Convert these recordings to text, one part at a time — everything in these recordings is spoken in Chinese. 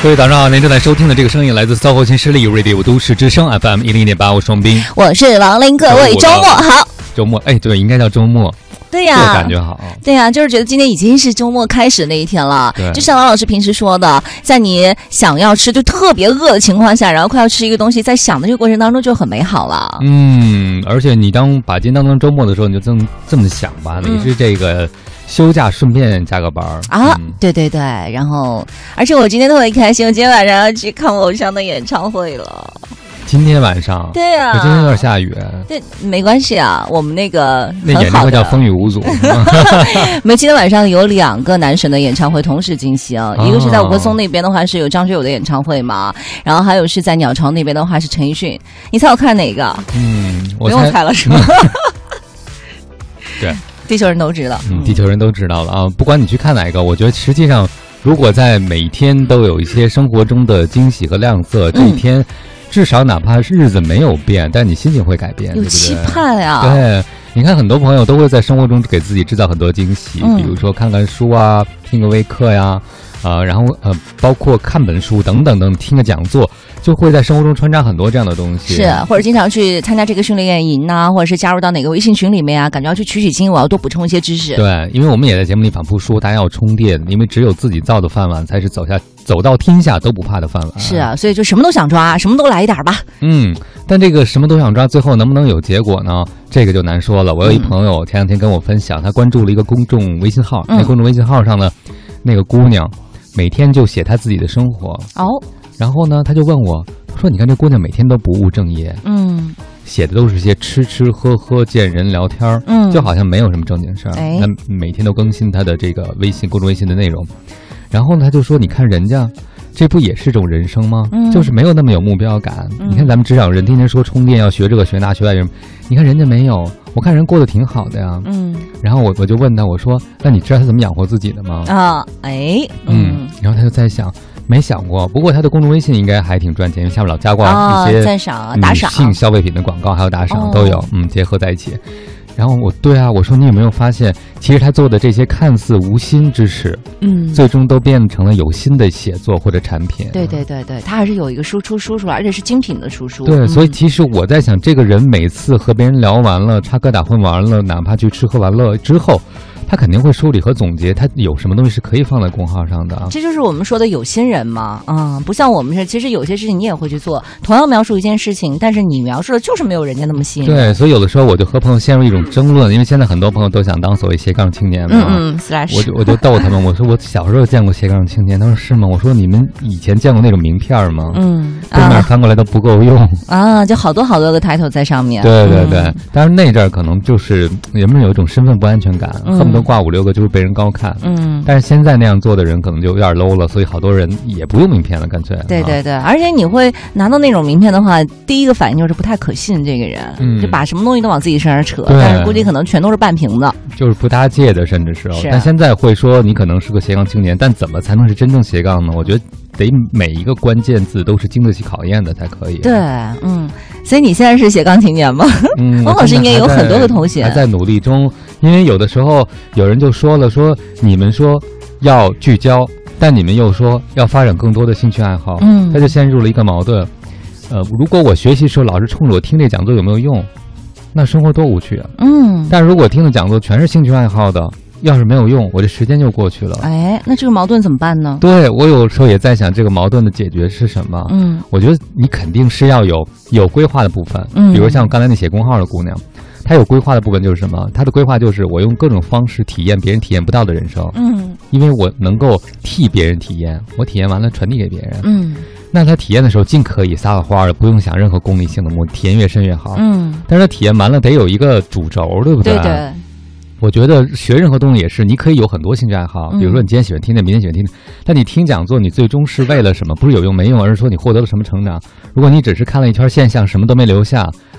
各位早上好，您正在收听的这个声音来自SOHO新势力 Radio 都市之声 FM 101.8，我是王斌， 我是王林，各位周末好。 周末，哎，对，应该叫周末。 对呀， 感觉好。 对呀，就是觉得今天已经是周末开始那一天了。就像王老师平时说的，在你想要吃就特别饿的情况下，然后快要吃一个东西，在想的这个过程当中就很美好了。 而且你把今天当成周末的时候，你就这么想吧，你是这个休假顺便加个班啊。对对对，然后而且我今天特别开心，我今天晚上要去看我偶像的演唱会了。 今天晚上？ 对啊， 今天有点下雨。 对，没关系啊，我们那演唱会叫风雨无阻。 今天晚上有2个男神的演唱会同时进行，一个是在五棵松那边的话是有张学友的演唱会嘛，然后还有是在鸟巢那边的话是陈奕迅。你猜我看哪个？不用猜了是吗？ 对， 地球人都知道。 地球人都知道了啊！不管你去看哪个，我觉得实际上，如果在每天都有一些生活中的惊喜和亮色，这一天。至少哪怕日子没有变，但你心情会改变， 有期盼啊。 对，你看很多朋友都会在生活中给自己制造很多惊喜，比如说看看书啊，听个微课呀，然后包括看本书等等等，听个讲座，就会在生活中穿插很多这样的东西。 是，或者经常去参加这个训练营啊，或者是加入到哪个微信群里面啊，感觉要去取经，我要多补充一些知识。 对，因为我们也在节目里反复说，大家要充电，因为只有自己造的饭碗才是走到天下都不怕的饭碗。 是啊，所以就什么都想抓，什么都来一点吧。 但这个什么都想抓，最后能不能有结果呢？这个就难说了。我有一朋友前2天跟我分享，他关注了一个公众微信号，那公众微信号上呢，那个姑娘每天就写她自己的生活。然后呢，他就问我说：“你看这姑娘每天都不务正业，写的都是些吃吃喝喝、见人聊天，就好像没有什么正经事儿。她每天都更新她的这个公众微信的内容。然后呢，他就说：你看人家。”这不也是种人生吗？就是没有那么有目标感。你看咱们职场人天天说充电要学这个学那学那，你看人家没有，我看人过得挺好的呀。然后我就问他，我说：“那你知道他怎么养活自己的吗？”然后他就在想，没想过。不过他的公众微信应该还挺赚钱，因为下面老加挂一些赞赏、打赏、 性消费品的广告，还有打赏都有，结合在一起。然后我说你有没有发现，其实他做的这些看似无心之事，最终都变成了有心的写作或者产品。 对对对对，他还是有一个输出，而且是精品的输出。 对，所以其实我在想，这个人每次和别人聊完了，插科打诨完了，哪怕去吃喝玩乐之后，他肯定会梳理和总结，他有什么东西是可以放在公号上的。 这就是我们说的有心人嘛，不像我们其实有些事情你也会去做，同样描述一件事情，但是你描述的就是没有人家那么吸引。 对，所以有的时候我就和朋友陷入一种争论，因为现在很多朋友都想当所谓斜杠青年嘛。我就逗他们，我说我小时候见过斜杠青年，他说是吗？我说你们以前见过那种名片吗？对面翻过来都不够用就好多好多个 title 在上面。 对对对，但是那阵儿可能就是人们有一种身份不安全感，恨不得挂5、6个就是被人高看。但是现在那样做的人可能就有点 low 了，所以好多人也不用名片了，干脆。 对对对，而且你会拿到那种名片的话，第一个反应就是不太可信这个人，就把什么东西都往自己身上扯，但是估计可能全都是半瓶子， 就是不搭界的，甚至是。但现在会说你可能是个斜杠青年，但怎么才能是真正斜杠呢？我觉得得每一个关键字都是经得起考验的才可以。 对，所以你现在是斜杠青年吗？王老师应该有很多个头衔， 还在努力中。因为有的时候有人就说了，说你们说要聚焦，但你们又说要发展更多的兴趣爱好，他就陷入了一个矛盾。如果我学习时候老是冲着我听这讲座有没有用，那生活多无趣啊。但如果听的讲座全是兴趣爱好的，要是没有用，我这时间就过去了。 那这个矛盾怎么办呢？ 对，我有时候也在想这个矛盾的解决是什么。我觉得你肯定是要有规划的部分。比如像刚才那写公号的姑娘，她有规划的部分就是什么？她的规划就是我用各种方式体验别人体验不到的人生。因为我能够替别人体验，我体验完了传递给别人。那他体验的时候尽可以撒个花，不用想任何功利性的目的，体验越深越好。但是他体验完了得有一个主轴，对不对？ 对对。 我觉得学任何东西也是，你可以有很多兴趣爱好，比如说你今天喜欢听的，明天喜欢听的，但你听讲座，你最终是为了什么？不是有用没用，而是说你获得了什么成长。如果你只是看了一圈现象，什么都没留下，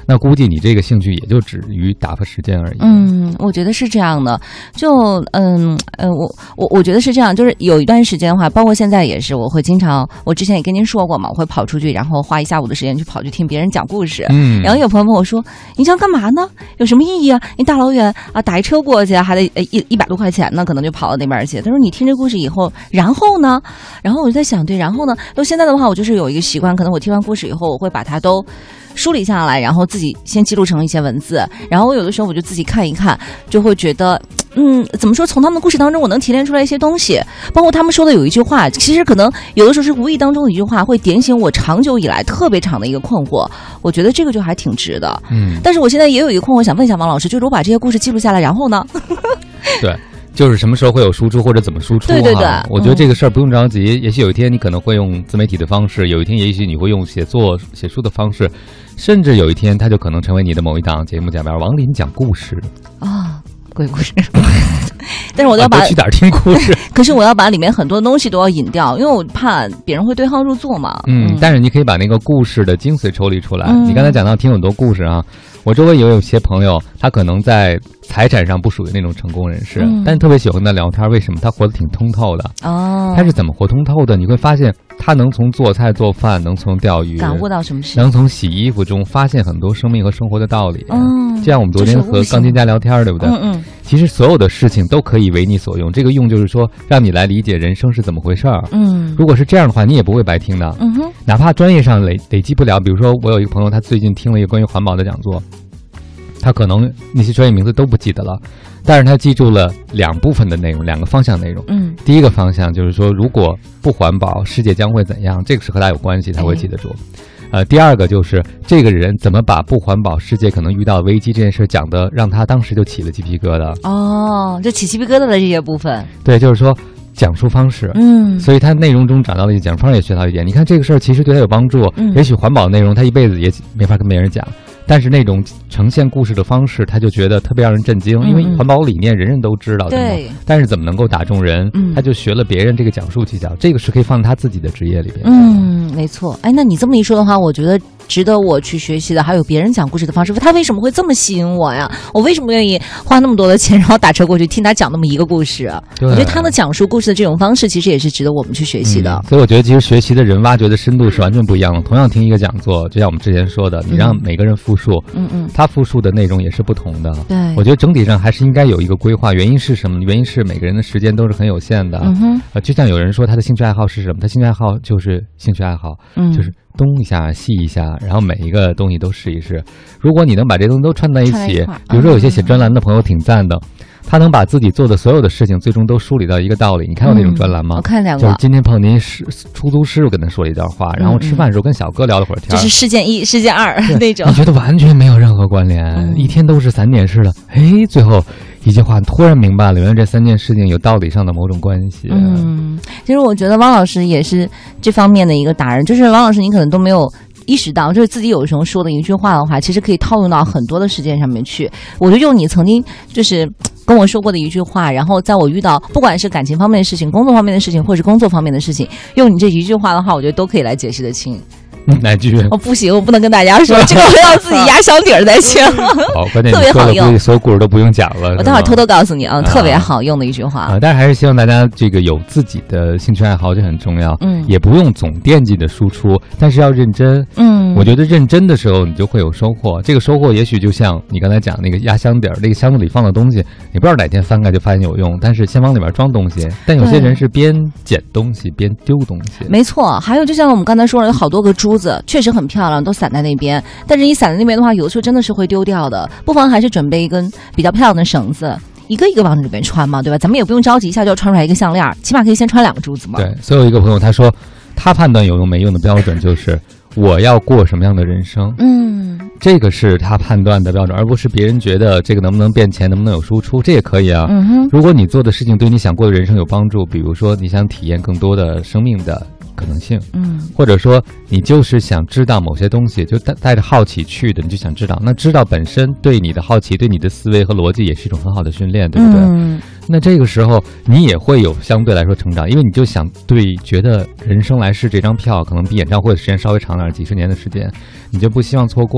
那估计你这个兴趣也就止于打发时间而已。 我觉得是这样的。就我觉得是这样，就是有一段时间的话，包括现在也是，我会经常，我之前也跟您说过嘛，我会跑出去，然后花一下午的时间去跑去听别人讲故事。然后有朋友问我说：“你这样干嘛呢？有什么意义啊？你大老远啊打一车过去，还得100多块钱呢，可能就跑到那边去。”他说：“你听这故事以后，然后呢？”然后我就在想，对，然后呢？就现在的话，我就是有一个习惯，可能我听完故事以后，我会把它都梳理下来，然后自己先记录成一些文字，然后我有的时候我就自己看一看，就会觉得怎么说，从他们的故事当中我能提炼出来一些东西，包括他们说的有一句话，其实可能有的时候是无意当中的一句话，会点醒我长久以来特别长的一个困惑，我觉得这个就还挺值的。但是我现在也有一个困惑想问一下王老师，就是我把这些故事记录下来，然后呢？ 对，就是什么时候会有输出或者怎么输出。 对， 我觉得这个事儿不用着急，也许有一天你可能会用自媒体的方式，有一天也许你会用写书的方式，甚至有一天它就可能成为你的某一档节目，讲王林讲故事啊，鬼故事。但是我要把去哪儿听故事？ 可是我要把里面很多东西都要引掉，因为我怕别人会对号入座嘛。 但是你可以把那个故事的精髓抽离出来。你刚才讲到听很多故事啊，我周围也有些朋友，他可能在财产上不属于那种成功人士，但是特别喜欢跟他聊天。为什么？他活得挺通透的。他是怎么活通透的？你会发现他能从做菜做饭，能从钓鱼感悟到什么事， 能从洗衣服中发现很多生命和生活的道理。就像我们昨天和钢琴家聊天，对不对？其实所有的事情都可以为你所用，这个用就是说让你来理解人生是怎么回事儿。如果是这样的话，你也不会白听的。哪怕专业上累积不了，比如说我有一个朋友，他最近听了一个关于环保的讲座，他可能那些专业名字都不记得了，但是他记住了2部分的内容，2个方向内容。第一个方向就是说，如果不环保，世界将会怎样？这个是和他有关系，他会记得住。第二个就是这个人怎么把不环保世界可能遇到危机这件事讲的，让他当时就起了鸡皮疙瘩。 就起鸡皮疙瘩的这些部分。 对，就是说讲述方式。所以他内容中找到了一讲述方式，也学到一点。你看这个事儿其实对他有帮助。也许环保内容他一辈子也没法跟别人讲，但是那种呈现故事的方式，他就觉得特别让人震惊。因为环保理念人人都知道，对，但是怎么能够打中人？他就学了别人这个讲述技巧，这个是可以放在他自己的职业里边。 没错。那你这么一说的话，我觉得值得我去学习的还有别人讲故事的方式。他为什么会这么吸引我呀？我为什么愿意花那么多的钱，然后打车过去听他讲那么一个故事？我觉得他的讲述故事的这种方式，其实也是值得我们去学习的。 所以我觉得其实学习的人挖掘的深度是完全不一样的。同样听一个讲座，就像我们之前说的，你让每个人复述，他复述的内容也是不同的。 对， 我觉得整体上还是应该有一个规划。原因是什么？原因是每个人的时间都是很有限的。就像有人说他的兴趣爱好是什么？他兴趣爱好就是兴趣爱好，就是东一下西一下，然后每一个东西都试一试。如果你能把这些东西都串在一起，比如说有些写专栏的朋友挺赞的，他能把自己做的所有的事情最终都梳理到一个道理。你看过那种专栏吗？ 我看2个。 就是今天碰您出租师傅跟他说了一段话，然后吃饭的时候跟小哥聊了会儿天， 就是事件1、事件2那种。 你觉得完全没有任何关联，一天都是3件事的。最后一句话突然明白了，原来这3件事情有道理上的某种关系。 其实我觉得汪老师也是这方面的一个达人，就是汪老师你可能都没有意识到，就是自己有时候说的一句话的话，其实可以套用到很多的事件上面去。我就用你曾经就是跟我说过的一句话，然后在我遇到不管是感情方面的事情、工作方面的事情，或者是工作方面的事情，用你这一句话的话，我觉得都可以来解释得清。 哪句？ 不行，我不能跟大家说，这个我要自己压箱底儿才行。 好，关键特别好用， 所有故事都不用讲了。 我待会儿偷偷告诉你啊，特别好用的一句话。 但是还是希望大家这个有自己的兴趣爱好，这很重要。也不用总惦记着输出，但是要认真。我觉得认真的时候，你就会有收获。这个收获也许就像你刚才讲那个压箱底儿，这个箱子里放的东西，你不知道哪天翻开就发现有用，但是先往里面装东西。但有些人是边捡东西边丢东西。 没错，还有就像我们刚才说了，有好多个珠子，确实很漂亮，都散在那边。但是你散在那边的话，有的时候真的是会丢掉的。不妨还是准备一根比较漂亮的绳子，一个一个往里面穿嘛，对吧？咱们也不用着急一下就要穿出来一个项链，起码可以先穿2个珠子嘛。 对，所以有一个朋友他说，他判断有用没用的标准就是我要过什么样的人生。这个是他判断的标准，而不是别人觉得这个能不能变钱，能不能有输出，这也可以啊。如果你做的事情对你想过的人生有帮助，比如说你想体验更多的生命的可能性，或者说你就是想知道某些东西，就带着好奇去的，你就想知道，那知道本身对你的好奇，对你的思维和逻辑也是一种很好的训练，对不对？那这个时候你也会有相对来说成长，因为你就想觉得人生来世这张票可能比演唱会的时间稍微长点，几十年的时间，你就不希望错过。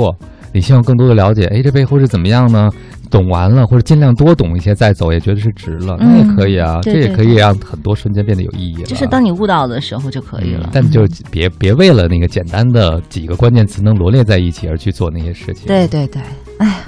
你希望更多的了解，哎，这背后是怎么样呢？懂完了，或者尽量多懂一些再走，也觉得是值了，那也可以啊。 对对对， 这也可以让很多瞬间变得有意义了。 就是当你悟到的时候就可以了。 但就别为了那个简单的几个关键词能罗列在一起而去做那些事情。 对对对，哎呀。